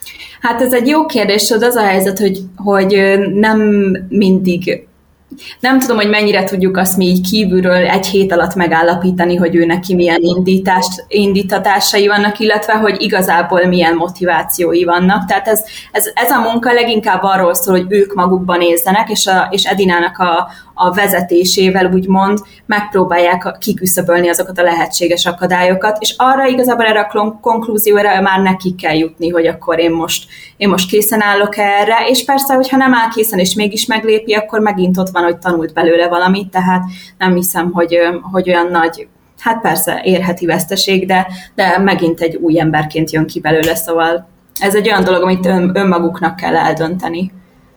Hát ez egy jó kérdés, az a helyzet, hogy, hogy nem mindig... Nem tudom, hogy mennyire tudjuk azt mi így kívülről egy hét alatt megállapítani, hogy ő neki milyen indítást, indítatásai vannak, illetve hogy igazából milyen motivációi vannak. Tehát ez, ez, ez a munka leginkább arról szól, hogy ők magukban nézzenek, és, a, és Edinának a, a vezetésével úgymond megpróbálják kiküszöbölni azokat a lehetséges akadályokat, és arra igazából erre a konklúzióra már nekik kell jutni, hogy akkor én most, én most készen állok erre, és persze, hogyha nem áll készen, és mégis meglépi, akkor megint ott van, hogy tanult belőle valamit, tehát nem hiszem, hogy, hogy olyan nagy, hát persze érheti veszteség, de, de megint egy új emberként jön ki belőle, szóval ez egy olyan dolog, amit ön, önmaguknak kell eldönteni.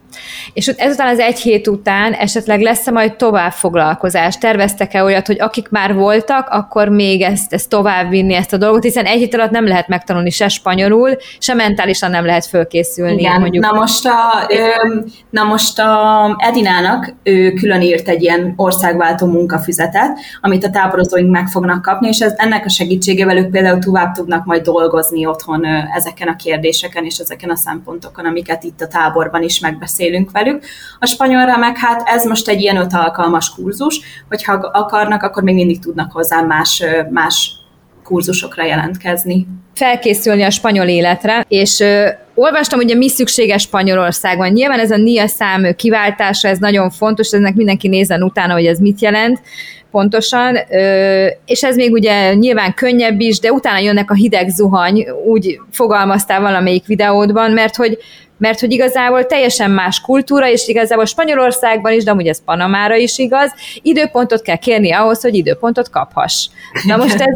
És ezután az egy hét után esetleg lesz-e majd továbbfoglalkozás? Terveztek-e olyat, hogy akik már voltak, akkor még ezt, ezt továbbvinni, ezt a dolgot, hiszen egy hét alatt nem lehet megtanulni se spanyolul, se mentálisan nem lehet fölkészülni. Igen, mondjuk. Na, most a, ö, na most a Edinának ő külön írt egy ilyen országváltó munkafüzetet, amit a táborozóink meg fognak kapni, és ez, ennek a segítségével ők például tovább tudnak majd dolgozni otthon ö, ezeken a kérdéseken és ezeken a szempontokon, amiket itt a táborban is megbeszélünk velük. A spanyolra meg hát ez most egy ilyen öt alkalmas kurzus, hogyha akarnak, akkor még mindig tudnak hozzá más, más kurzusokra jelentkezni. Felkészülni a spanyol életre, és ö, olvastam, ugye mi szükséges Spanyolországban. Nyilván ez a en i á szám kiváltása, ez nagyon fontos, ennek mindenki nézzen utána, hogy ez mit jelent pontosan, ö, és ez még ugye nyilván könnyebb is, de utána jönnek a hideg zuhany, úgy fogalmaztál valamelyik videódban, mert hogy mert hogy igazából teljesen más kultúra, és igazából Spanyolországban is, de amúgy ez Panamára is igaz, időpontot kell kérni ahhoz, hogy időpontot kaphass. Na most ez,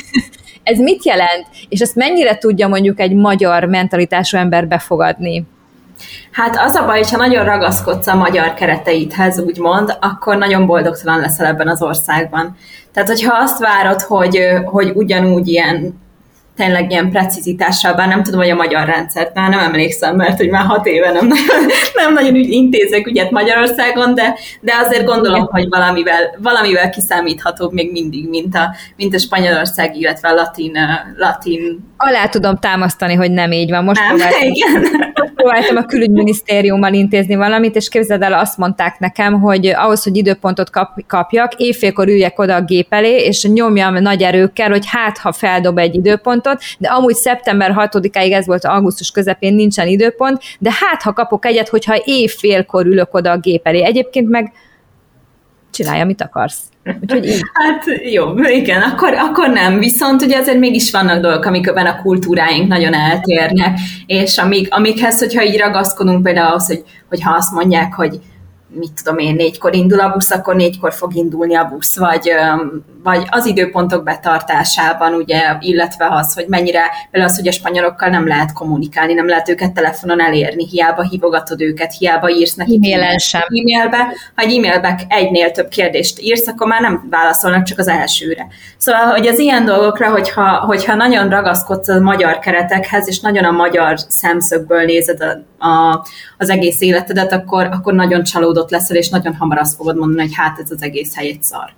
ez mit jelent? És ezt mennyire tudja mondjuk egy magyar mentalitású ember befogadni? Hát az a baj, hogyha nagyon ragaszkodsz a magyar kereteidhez, úgymond, akkor nagyon boldogtalan leszel ebben az országban. Tehát, hogyha azt várod, hogy, hogy ugyanúgy ilyen tényleg ilyen precizitással, bár nem tudom, hogy a magyar rendszert, már nem emlékszem, mert hogy már hat éve nem nagyon, nem nagyon úgy intézek ügyet Magyarországon, de, de azért gondolom, igen, hogy valamivel, valamivel kiszámíthatóbb még mindig, mint a, mint a Spanyolország, illetve a latin, latin... Alá tudom támasztani, hogy nem így van. Most nem, próbáltam, igen. próbáltam a külügyminisztériummal intézni valamit, és képzeld el, azt mondták nekem, hogy ahhoz, hogy időpontot kap, kapjak, éjfélkor üljek oda a gép elé, és nyomjam nagy erőkkel, hogy hát, ha feldob egy időpontot, de amúgy szeptember hatodikáig, ez volt augusztus közepén, nincsen időpont, de hát, ha kapok egyet, hogyha éjfélkor ülök oda a gép elé. Egyébként meg csinálj, amit akarsz. Úgyhogy így. Hát jó, igen, akkor, akkor nem. Viszont ugye azért mégis vannak dolgok, amikben a kultúráink nagyon eltérnek, és amik, amikhez, hogyha így ragaszkodunk például ahhoz, hogy, hogyha azt mondják, hogy mit tudom én, négykor indul a busz, akkor négykor fog indulni a busz, vagy, vagy az időpontok betartásában, ugye, illetve az, hogy mennyire, például az, hogy a spanyolokkal nem lehet kommunikálni, nem lehet őket telefonon elérni, hiába hívogatod őket, hiába írsz nekik e-mailen sem. E-mailbe, ha egy e-mailbe egynél több kérdést írsz, akkor már nem válaszolnak, csak az elsőre. Szóval, hogy az ilyen dolgokra, hogyha, hogyha nagyon ragaszkodsz a magyar keretekhez, és nagyon a magyar szemszögből nézed a, a, az egész életedet, akkor, akkor nagyon csalódott leszel, és nagyon hamar azt fogod mondani, hogy hát ez az egész hely egy szar.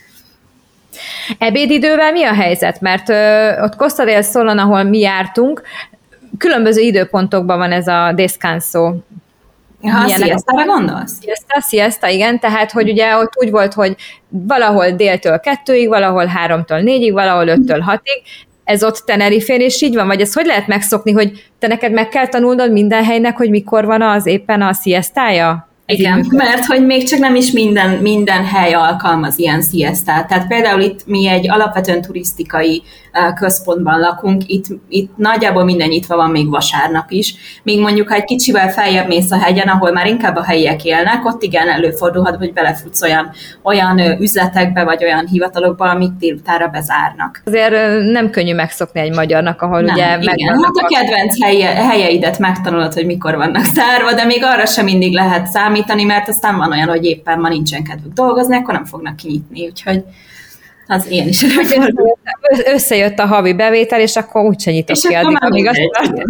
Ebédidővel mi a helyzet? Mert ö, ott Costa del Solon, ahol mi jártunk, különböző időpontokban van ez a descanso. Ha, siesta-ra gondolsz? Siesta, siesta, igen, tehát, hogy ugye ott úgy volt, hogy valahol déltől kettőig, valahol háromtól négyig, valahol öttől hatig. Ez ott Tenerifén is így van? Vagy ezt hogy lehet megszokni, hogy te neked meg kell tanulnod minden helynek, hogy mikor van az éppen a siestája? Igen, mert hogy még csak nem is minden, minden hely alkalmaz ilyen siestát. Tehát például itt mi egy alapvetően turisztikai központban lakunk, itt, itt nagyjából minden nyitva van még vasárnap is, míg mondjuk, ha egy kicsivel feljebb mész a hegyen, ahol már inkább a helyiek élnek, ott igen előfordulhat, hogy belefutsz olyan, olyan üzletekbe, vagy olyan hivatalokba, amik délutánra bezárnak. Azért nem könnyű megszokni egy magyarnak, ahol nem, ugye... Igen, hát a kedvenc helye, helyeidet megtanulod, hogy mikor vannak zárva, de még arra sem mindig lehet számítani, mert aztán van olyan, hogy éppen ma nincsen kedvük dolgozni, akkor nem fognak kinyitni, úgyhogy az ilyen is. Összejött a havi bevétel, és akkor úgyse nyitok ki addig, amíg azt tart.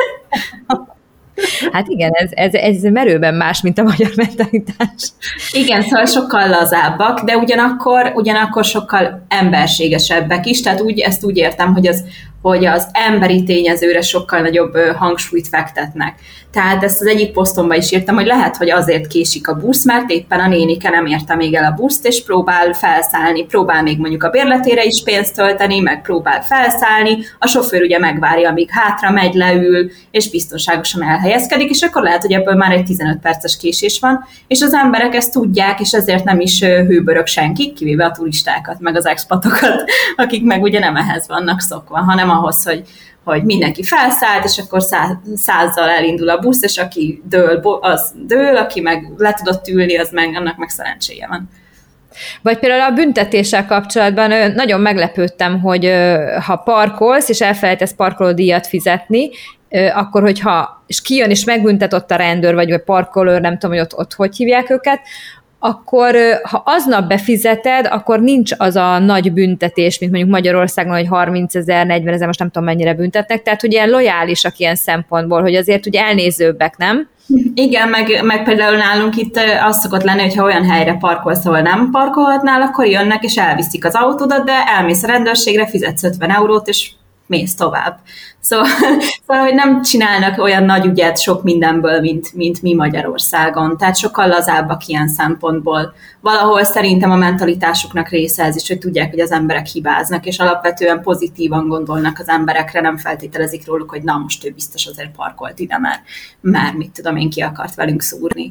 Hát igen, ez, ez, ez merőben más, mint a magyar mentalitás. Igen, szóval sokkal lazábbak, de ugyanakkor, ugyanakkor sokkal emberségesebbek is, tehát úgy, ezt úgy értem, hogy az, hogy az emberi tényezőre sokkal nagyobb hangsúlyt fektetnek. Tehát ezt az egyik posztomban is írtam, hogy lehet, hogy azért késik a busz, mert éppen a nénike nem érte még el a buszt, és próbál felszállni, próbál még mondjuk a bérletére is pénzt tölteni, meg próbál felszállni, a sofőr ugye megvárja, amíg hátra megy, leül, és biztonságosan elhelyezkedik, és akkor lehet, hogy ebből már egy tizenöt perces késés van, és az emberek ezt tudják, és ezért nem is hőbörög senki, kivéve a turistákat, meg az expatokat, akik meg ugye nem ehhez vannak szokva, hanem ahhoz, hogy hogy mindenki felszállt, és akkor száz, százzal elindul a busz, és aki dől, az dől, aki meg le tudott ülni, az meg, annak meg szerencséje van. Vagy például a büntetéssel kapcsolatban nagyon meglepődtem, hogy ha parkolsz, és elfelejtesz parkolódíjat fizetni, akkor, hogyha és kijön, és megbüntet ott a rendőr, vagy a parkolőr, nem tudom, hogy ott, ott hogy hívják őket, akkor ha aznap befizeted, akkor nincs az a nagy büntetés, mint mondjuk Magyarországon, hogy harmincezer, negyvenezer, most nem tudom mennyire büntetnek, tehát hogy ilyen lojálisak ilyen szempontból, hogy azért ugye elnézőbbek, nem? Igen, meg, meg például nálunk itt az szokott lenni, hogyha olyan helyre parkolsz, ahol nem parkolhatnál, akkor jönnek és elviszik az autódat, de elmész a rendőrségre, fizetsz ötven eurót, és mész tovább. Szóval, szóval, hogy nem csinálnak olyan nagy ügyet sok mindenből, mint, mint mi Magyarországon. Tehát sokkal lazábbak ilyen szempontból. Valahol szerintem a mentalitásuknak része ez is, hogy tudják, hogy az emberek hibáznak, és alapvetően pozitívan gondolnak az emberekre, nem feltételezik róluk, hogy na, most ő biztos azért parkolt ide, mert, mert mit tudom én, ki akart velünk szúrni.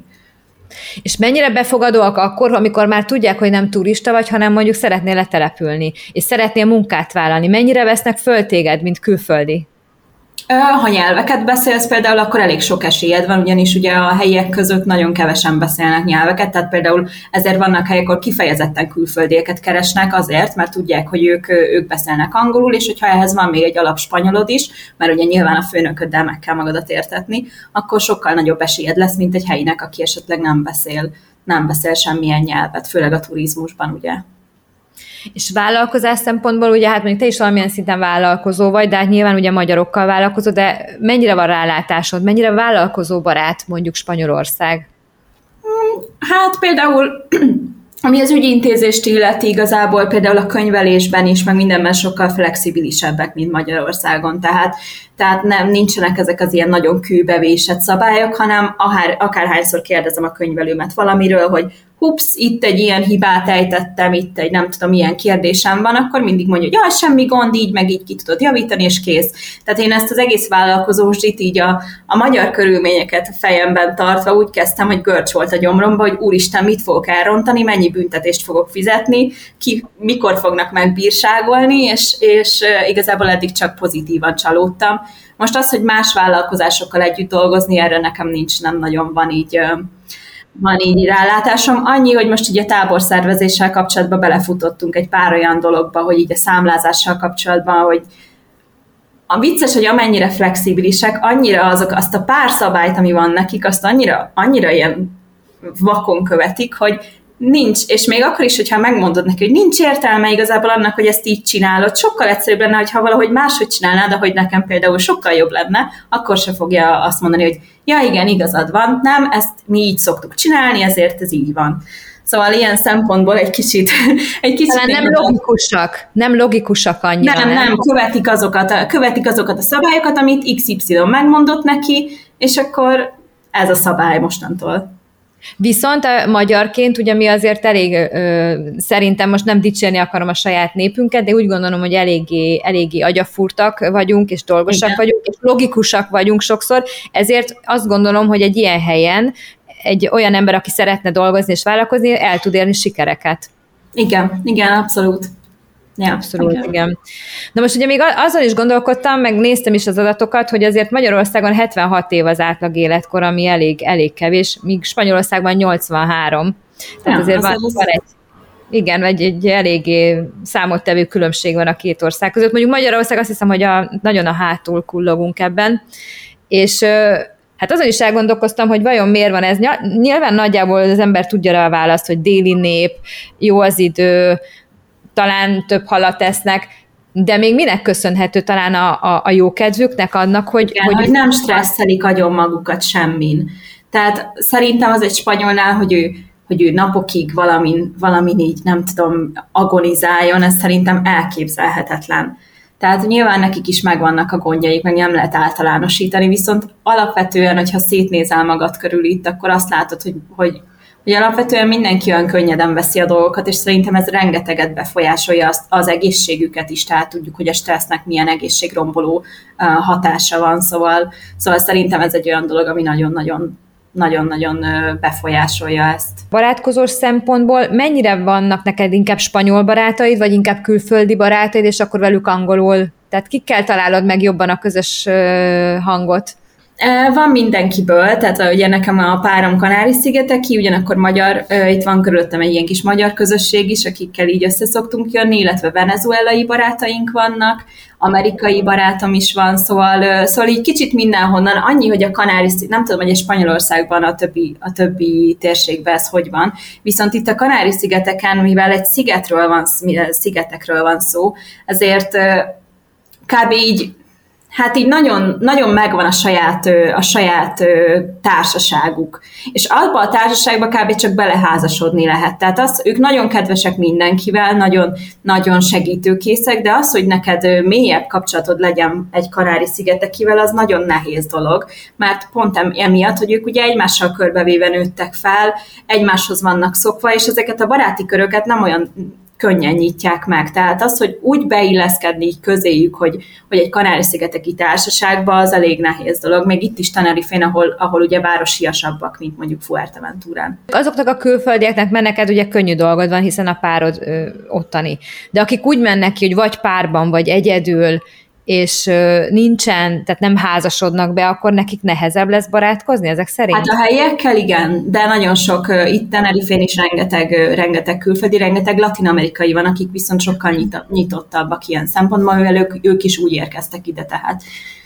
És mennyire befogadóak akkor, amikor már tudják, hogy nem turista vagy, hanem mondjuk szeretnél letelepülni, és szeretnél munkát vállalni? Mennyire vesznek föl téged, mint külföldi? Ha nyelveket beszélsz például, akkor elég sok esélyed van, ugyanis ugye a helyiek között nagyon kevesen beszélnek nyelveket, tehát például ezért vannak helyek, ahol kifejezetten külföldieket keresnek azért, mert tudják, hogy ők, ők beszélnek angolul, és hogyha ehhez van még egy alap spanyolod is, mert ugye nyilván a főnököddel meg kell magadat értetni, akkor sokkal nagyobb esélyed lesz, mint egy helyinek, aki esetleg nem beszél, nem beszél semmilyen nyelvet, főleg a turizmusban, ugye. És vállalkozás szempontból, ugye hát mondjuk te is valamilyen szinten vállalkozó vagy, de hát nyilván ugye magyarokkal vállalkozó, de mennyire van rálátásod, mennyire vállalkozó barát mondjuk Spanyolország? Hát például, ami az ügyintézést illeti, igazából például a könyvelésben is, meg mindenben sokkal flexibilisebbek, mint Magyarországon, tehát, tehát nem, nincsenek ezek az ilyen nagyon kőbevésett szabályok, hanem akár, akárhányszor kérdezem a könyvelőmet valamiről, hogy hups, itt egy ilyen hibát ejtettem, itt egy nem tudom, milyen kérdésem van, akkor mindig mondja, hogy jaj, semmi gond, így meg így ki tudod javítani, és kész. Tehát én ezt az egész vállalkozósdit így a, a magyar körülményeket fejemben tartva úgy kezdtem, hogy görcs volt a gyomromba, hogy úristen, mit fogok elrontani, mennyi büntetést fogok fizetni, ki, mikor fognak megbírságolni, és, és igazából eddig csak pozitívan csalódtam. Most az, hogy más vállalkozásokkal együtt dolgozni, erre nekem nincs, nem nagyon van így... van így rálátásom. Annyi, hogy most így a táborszervezéssel kapcsolatban belefutottunk egy pár olyan dologba, hogy így a számlázással kapcsolatban, hogy a vicces, hogy amennyire flexibilisek, annyira azok, azt a pár szabályt, ami van nekik, azt annyira, annyira ilyen vakon követik, hogy nincs, és még akkor is, hogyha megmondod neki, hogy nincs értelme igazából annak, hogy ezt így csinálod, sokkal egyszerűbb lenne, hogyha valahogy máshogy csinálnád, ahogy nekem például sokkal jobb lenne, akkor se fogja azt mondani, hogy ja igen, igazad van, nem, ezt mi így szoktuk csinálni, ezért ez így van. Szóval ilyen szempontból egy kicsit... egy kicsit nem logikusak, nem logikusak annyira, nem? Nem, nem, követik azokat, a, követik azokat a szabályokat, amit iksz ipszilon megmondott neki, és akkor ez a szabály mostantól. Viszont a magyarként, ugye mi azért elég, ö, szerintem most nem dicsérni akarom a saját népünket, de úgy gondolom, hogy eléggé, eléggé agyafúrtak vagyunk, és dolgosak Igen. vagyunk, és logikusak vagyunk sokszor, ezért azt gondolom, hogy egy ilyen helyen egy olyan ember, aki szeretne dolgozni és vállalkozni, el tud érni sikereket. Igen, igen, abszolút. Ja, abszolút, igen. igen. Na most ugye még azon is gondolkodtam, meg néztem is az adatokat, hogy azért Magyarországon hetvenhat év az átlag életkor, ami elég, elég kevés, míg Spanyolországban nyolcvanhárom. Tehát ja, azért van, van egy, igen, egy, egy eléggé számottevő különbség van a két ország között. Mondjuk Magyarország azt hiszem, hogy a, nagyon a hátul kullogunk ebben, és hát azon is elgondolkoztam, hogy vajon miért van ez. Nyilván nagyjából az ember tudja rá a választ, hogy déli nép, jó az idő, talán több halat esznek, de még minek köszönhető talán a, a, a jókedvüknek annak, hogy... Igen, hogy, hogy nem stresszelik agyon magukat semmin. Tehát szerintem az egy spanyolnál, hogy ő, hogy ő napokig valamin, valamin így, nem tudom, agonizáljon, ez szerintem elképzelhetetlen. Tehát nyilván nekik is megvannak a gondjaik, meg nem lehet általánosítani, viszont alapvetően, hogyha szétnézel magad körül itt, akkor azt látod, hogy, hogy hogy alapvetően mindenki olyan könnyeden veszi a dolgokat, és szerintem ez rengeteget befolyásolja az, az egészségüket is, tehát tudjuk, hogy a stressznek milyen egészségromboló uh, hatása van, szóval, szóval szerintem ez egy olyan dolog, ami nagyon-nagyon nagyon-nagyon befolyásolja ezt. Barátkozós szempontból mennyire vannak neked inkább spanyol barátaid, vagy inkább külföldi barátaid, és akkor velük angolul? Tehát kikkel találod meg jobban a közös hangot? Van mindenkiből, tehát ugye nekem a párom Kanári-szigeteki, ugyanakkor magyar, itt van körülöttem egy ilyen kis magyar közösség is, akikkel így össze szoktunk jönni, illetve venezuelai barátaink vannak, amerikai barátom is van, szóval, szóval így kicsit mindenhonnan, annyi, hogy a Kanári-szigeteken, nem tudom, hogy a Spanyolországban a többi, a többi térségben ez hogy van, viszont itt a Kanári-szigeteken, mivel egy szigetről van, szigetekről van szó, ezért kb. így hát így nagyon, nagyon megvan a saját, a saját társaságuk. És abban a társaságban kb. Csak beleházasodni lehet. Tehát az, ők nagyon kedvesek mindenkivel, nagyon, nagyon segítőkészek, de az, hogy neked mélyebb kapcsolatod legyen egy Kanári-szigetekivel, az nagyon nehéz dolog. Mert pont emiatt, hogy ők ugye egymással körbevéve nőttek fel, egymáshoz vannak szokva, és ezeket a baráti köröket nem olyan könnyen nyitják meg. Tehát az, hogy úgy beilleszkedni így közéjük, hogy, hogy egy Kanári-szigeteki társaságba, az elég nehéz dolog. Még itt is Tenerife-n, ahol, ahol ugye városiasabbak, mint mondjuk Fuerteventúrán. Azoknak a külföldieknek, mert neked ugye könnyű dolgod van, hiszen a párod ö, ottani. De akik úgy mennek ki, hogy vagy párban, vagy egyedül, és nincsen, tehát nem házasodnak be, akkor nekik nehezebb lesz barátkozni ezek szerint? Hát a helyiekkel igen, de nagyon sok, itt Tenerife-n is rengeteg, rengeteg külföldi, rengeteg latin-amerikai van, akik viszont sokkal nyitottabbak ilyen szempontból, mivel ők, ők is úgy érkeztek ide, tehát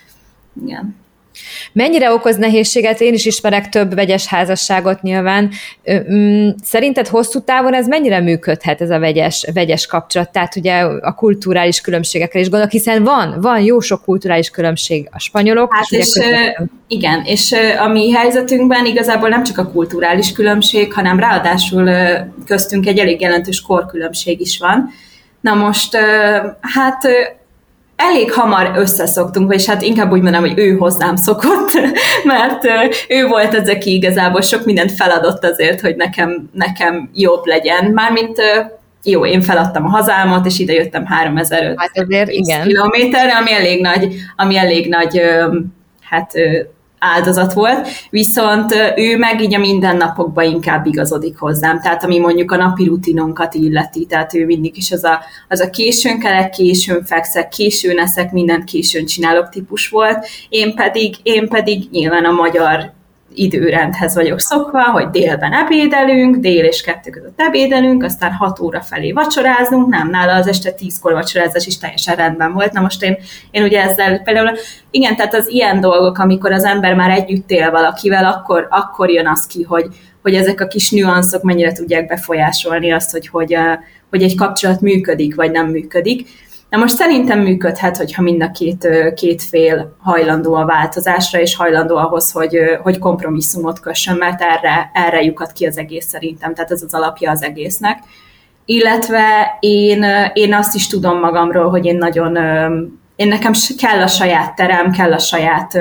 igen. Mennyire okoz nehézséget? Én is ismerek több vegyes házasságot nyilván. Szerinted hosszú távon ez mennyire működhet, ez a vegyes, vegyes kapcsolat? Tehát ugye a kulturális különbségekre is gondolok, hiszen van, van jó sok kulturális különbség a spanyolok. Hát és, és igen, és a mi helyzetünkben igazából nem csak a kulturális különbség, hanem ráadásul köztünk egy elég jelentős korkülönbség is van. Na most, hát elég hamar összeszoktunk, vagyis hát inkább úgy mondom, hogy ő hozzám szokott, mert ő volt az, aki igazából sok mindent feladott azért, hogy nekem, nekem jobb legyen. Mármint jó, én feladtam a hazámat, és ide jöttem háromezer-ötszáz hát azért, igen. kilométerre, ami elég nagy, ami elég nagy hát, áldozat volt, viszont ő meg így a mindennapokban inkább igazodik hozzám, tehát ami mondjuk a napi rutinunkat illeti, tehát ő mindig is az a, az a későn kelek, későn fekszek, későn eszek, mindent későn csinálok típus volt, én pedig, én pedig nyilván a magyar időrendhez vagyok szokva, hogy délben ebédelünk, dél és kettő között ebédelünk, aztán hat óra felé vacsorázunk, nem, nála az este tízkor vacsorázás is teljesen rendben volt. Na most én, én ugye ezzel például, igen, tehát az ilyen dolgok, amikor az ember már együtt él valakivel, akkor, akkor jön az ki, hogy, hogy ezek a kis nüanszok mennyire tudják befolyásolni azt, hogy, hogy, hogy egy kapcsolat működik, vagy nem működik. Na most szerintem működhet, hogyha mind a két, két fél hajlandó a változásra, és hajlandó ahhoz, hogy, hogy kompromisszumot kössön, mert erre, erre lyukad ki az egész szerintem, tehát ez az alapja az egésznek. Illetve én, én azt is tudom magamról, hogy én nagyon, én nekem kell a saját terem, kell a saját,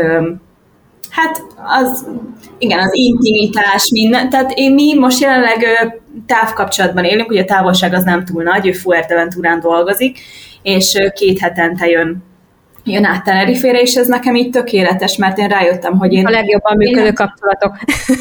hát az, igen, az intimitás, minden, tehát én mi most jelenleg távkapcsolatban élünk, ugye a távolság az nem túl nagy, ő Fuerteventúrán dolgozik, és két hetente jön, jön át Tenerifére, és ez nekem így tökéletes, mert én rájöttem, hogy én... A legjobban működő én... kapcsolatok.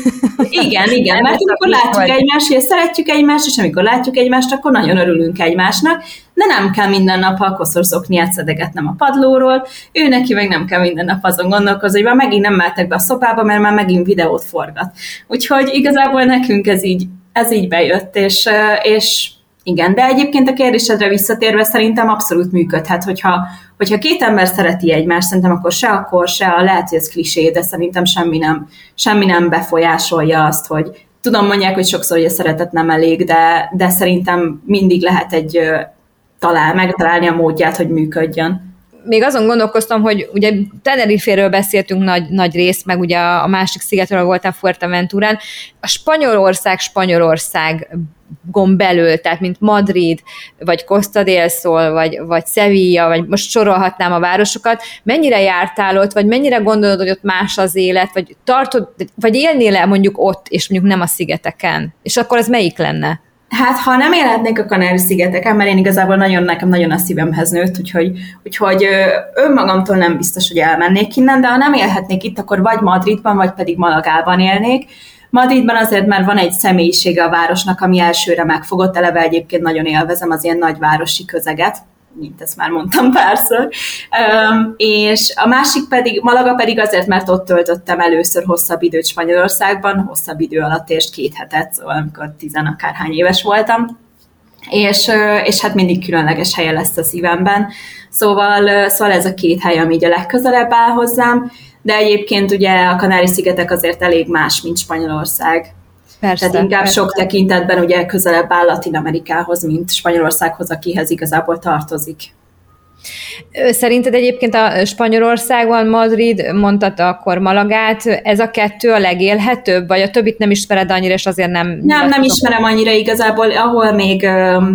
Igen, igen, mert amikor látjuk vagy. egymást, és szeretjük egymást, és amikor látjuk egymást, akkor nagyon örülünk egymásnak, de nem kell minden nap a koszorszokniát szedegetnem a padlóról, ő neki meg nem kell minden nap azon gondolkozni, hogy már megint nem mehetek be a szobába, mert már megint videót forgat. Úgyhogy igazából nekünk ez így, ez így bejött, és, és igen, de egyébként a kérdésedre visszatérve szerintem abszolút működhet, hogyha, hogyha két ember szereti egymást, szerintem akkor se akkor se, lehet, hogy ez klisé, de szerintem semmi nem, semmi nem befolyásolja azt, hogy tudom, mondják, hogy sokszor, hogy a szeretet nem elég, de, de szerintem mindig lehet egy talál, megtalálni a módját, hogy működjön. Még azon gondolkoztam, hogy ugye Teneriféről beszéltünk nagy, nagy részt, meg ugye a másik szigetről voltam Fuerteventurán. A Spanyolország, Spanyolország gomb belül, tehát mint Madrid, vagy Costa del Sol, vagy, vagy Sevilla, vagy most sorolhatnám a városokat, mennyire jártál ott, vagy mennyire gondolod, hogy ott más az élet, vagy tartod, vagy élnél-e mondjuk ott, és mondjuk nem a szigeteken? És akkor az melyik lenne? Hát, ha nem élhetnék a Kanári-szigeteken, mert én igazából nagyon, nekem nagyon a szívemhez nőtt, úgyhogy, úgyhogy önmagamtól nem biztos, hogy elmennék innen, de ha nem élhetnék itt, akkor vagy Madridban, vagy pedig Malagában élnék. Madridban azért, mert van egy személyisége a városnak, ami elsőre megfogott, eleve egyébként nagyon élvezem az ilyen nagyvárosi közeget, mint ezt már mondtam párszor. Um, és a másik pedig, Malaga pedig azért, mert ott töltöttem először hosszabb időt Spanyolországban, hosszabb idő alatt és két hetet, szóval amikor tizenakárhány éves voltam. És, és hát mindig különleges helye lesz a szívemben. Szóval, szóval ez a két hely, ami így a legközelebb áll hozzám, de egyébként ugye a Kanári-szigetek azért elég más, mint Spanyolország. Persze, Tehát inkább persze. sok tekintetben ugye közelebb áll Latin-Amerikához, mint Spanyolországhoz, akihez igazából tartozik. Szerinted egyébként a Spanyolországban, Madrid, mondtad akkor Malagát, ez a kettő a legélhetőbb, vagy a többit nem ismered annyira, és azért nem... Nem, nem ismerem annyira igazából, ahol még...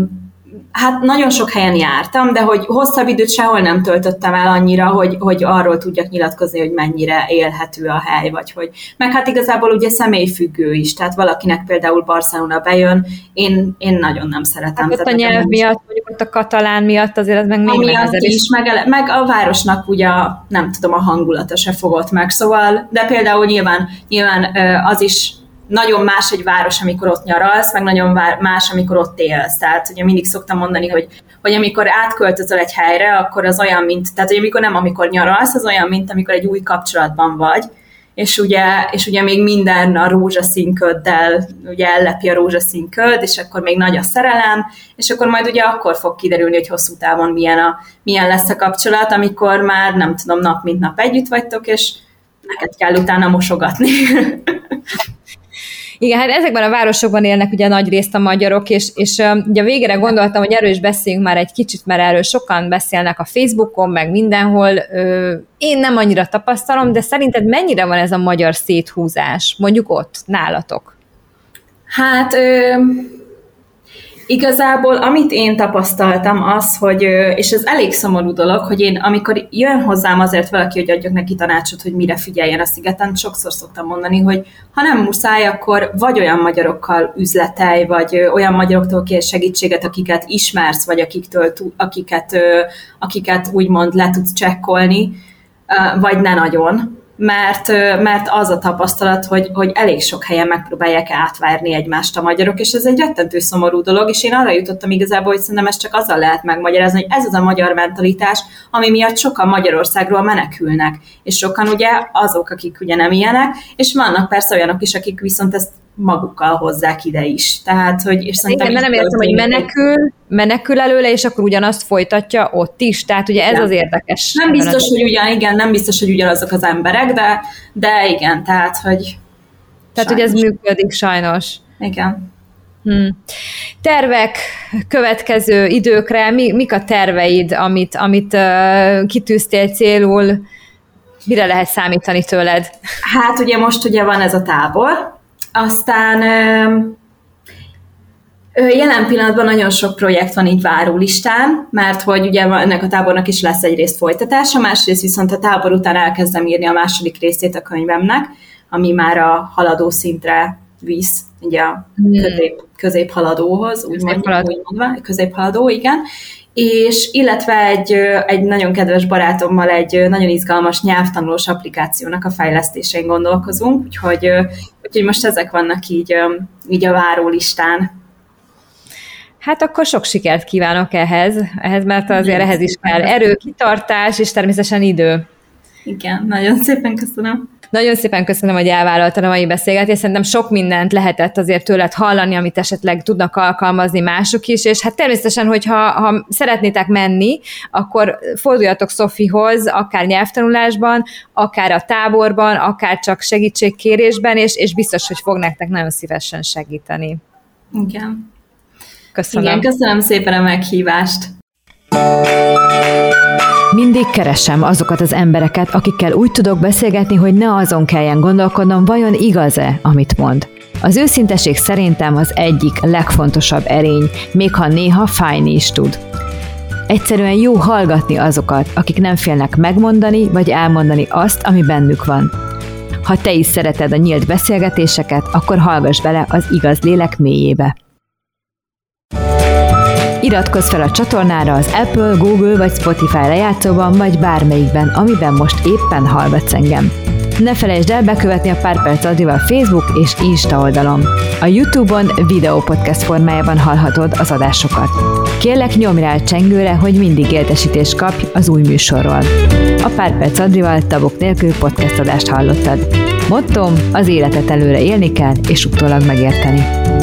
Hát nagyon sok helyen jártam, de hogy hosszabb időt sehol nem töltöttem el annyira, hogy, hogy arról tudjak nyilatkozni, hogy mennyire élhető a hely, vagy hogy... Meg hát igazából ugye személyfüggő is, tehát valakinek például Barcelona bejön, én, én nagyon nem szeretem. Hát ott a nyelv miatt, mondjuk ott a katalán miatt azért ez meg még nehezebb is. is. Meg, meg a városnak ugye, nem tudom, a hangulata se fogott meg, szóval, de például nyilván, nyilván az is nagyon más egy város, amikor ott nyaralsz, meg nagyon más, amikor ott élsz. Tehát ugye mindig szoktam mondani, hogy, hogy amikor átköltözöl egy helyre, akkor az olyan, mint, tehát hogy amikor nem amikor nyaralsz, az olyan, mint amikor egy új kapcsolatban vagy, és ugye, és ugye még minden a rózsaszín köddel, ugye ellepi a rózsaszín köd, és akkor még nagy a szerelem, és akkor majd ugye akkor fog kiderülni, hogy hosszú távon milyen, a, milyen lesz a kapcsolat, amikor már nem tudom, nap mint nap együtt vagytok, és neked kell utána mosogatni. Igen, hát ezekben a városokban élnek ugye nagy részt a magyarok, és, és ugye a végére gondoltam, hogy erről is beszéljünk már egy kicsit, mert erről sokan beszélnek a Facebookon, meg mindenhol. Én nem annyira tapasztalom, de szerinted mennyire van ez a magyar széthúzás, mondjuk ott, nálatok? Hát... Ö... Igazából, amit én tapasztaltam az, hogy, és ez elég szomorú dolog, hogy én, amikor jön hozzám azért valaki, hogy adjak neki tanácsot, hogy mire figyeljen a szigeten, sokszor szoktam mondani, hogy ha nem muszáj, akkor vagy olyan magyarokkal üzletelj, vagy olyan magyaroktól kér segítséget, akiket ismersz, vagy akiktől, akiket, akiket úgymond le tudsz csekkolni, vagy ne nagyon. Mert, mert az a tapasztalat, hogy, hogy elég sok helyen megpróbálják átvárni egymást a magyarok, és ez egy rettentő szomorú dolog, és én arra jutottam igazából, hogy szerintem ezt csak azzal lehet megmagyarázni, hogy ez az a magyar mentalitás, ami miatt sokan Magyarországról menekülnek, és sokan ugye azok, akik ugye nem ilyenek, és vannak persze olyanok is, akik viszont ezt magukkal hozzák ide is. Tehát, hogy, és szerintem igen, nem értem, hogy menekül, menekül előle, és akkor ugyanazt folytatja ott is. Tehát ugye ez igen. az érdekes. Nem biztos, hogy ugyan, igen, nem biztos, hogy ugyanazok az emberek, de, de igen, tehát, hogy Tehát, sajnos. hogy ez működik sajnos. Igen. Hmm. Tervek következő időkre, mi, mik a terveid, amit, amit uh, kitűztél célul, mire lehet számítani tőled? Hát ugye most ugye van ez a tábor, aztán jelen pillanatban nagyon sok projekt van így várólistán, mert hogy ugye ennek a tábornak is lesz egyrészt folytatása, másrészt viszont a tábor után elkezdem írni a második részét a könyvemnek, ami már a haladó szintre visz, ugye a közép, középhaladóhoz, úgy mondjuk, úgy mondva, középhaladó, igen. És illetve egy, egy nagyon kedves barátommal egy nagyon izgalmas nyelvtanulós applikációnak a fejlesztésén gondolkozunk, úgyhogy, úgyhogy most ezek vannak így, így a várólistán. Hát akkor sok sikert kívánok ehhez, ehhez, mert azért ehhez is kell erő, kitartás és természetesen idő. Igen, nagyon szépen köszönöm. Nagyon szépen köszönöm, hogy elvállaltad a mai beszélgetést. Szerintem sok mindent lehetett azért tőled hallani, amit esetleg tudnak alkalmazni mások is, és hát természetesen, hogyha ha szeretnétek menni, akkor forduljatok Szofihoz, akár nyelvtanulásban, akár a táborban, akár csak segítségkérésben, és, és biztos, hogy fog nektek nagyon szívesen segíteni. Igen. Köszönöm. Igen, köszönöm szépen a meghívást. Mindig keresem azokat az embereket, akikkel úgy tudok beszélgetni, hogy ne azon kelljen gondolkodnom, vajon igaz-e, amit mond. Az őszinteség szerintem az egyik legfontosabb erény, még ha néha fájni is tud. Egyszerűen jó hallgatni azokat, akik nem félnek megmondani vagy elmondani azt, ami bennük van. Ha te is szereted a nyílt beszélgetéseket, akkor hallgass bele az igaz lélek mélyébe. Iratkozz fel a csatornára az Apple, Google vagy Spotify lejátszóban, vagy bármelyikben, amiben most éppen hallgatsz engem. Ne felejtsd el bekövetni a Pár Perc Adrival Facebook és Insta oldalon. A YouTube-on videópodcast formájában hallhatod az adásokat. Kérlek, nyomj rá a csengőre, hogy mindig értesítést kapj az új műsorról. A Pár Perc Adrival tabok nélkül podcast adást hallottad. Mottom, az életet előre élni kell, és utólag megérteni.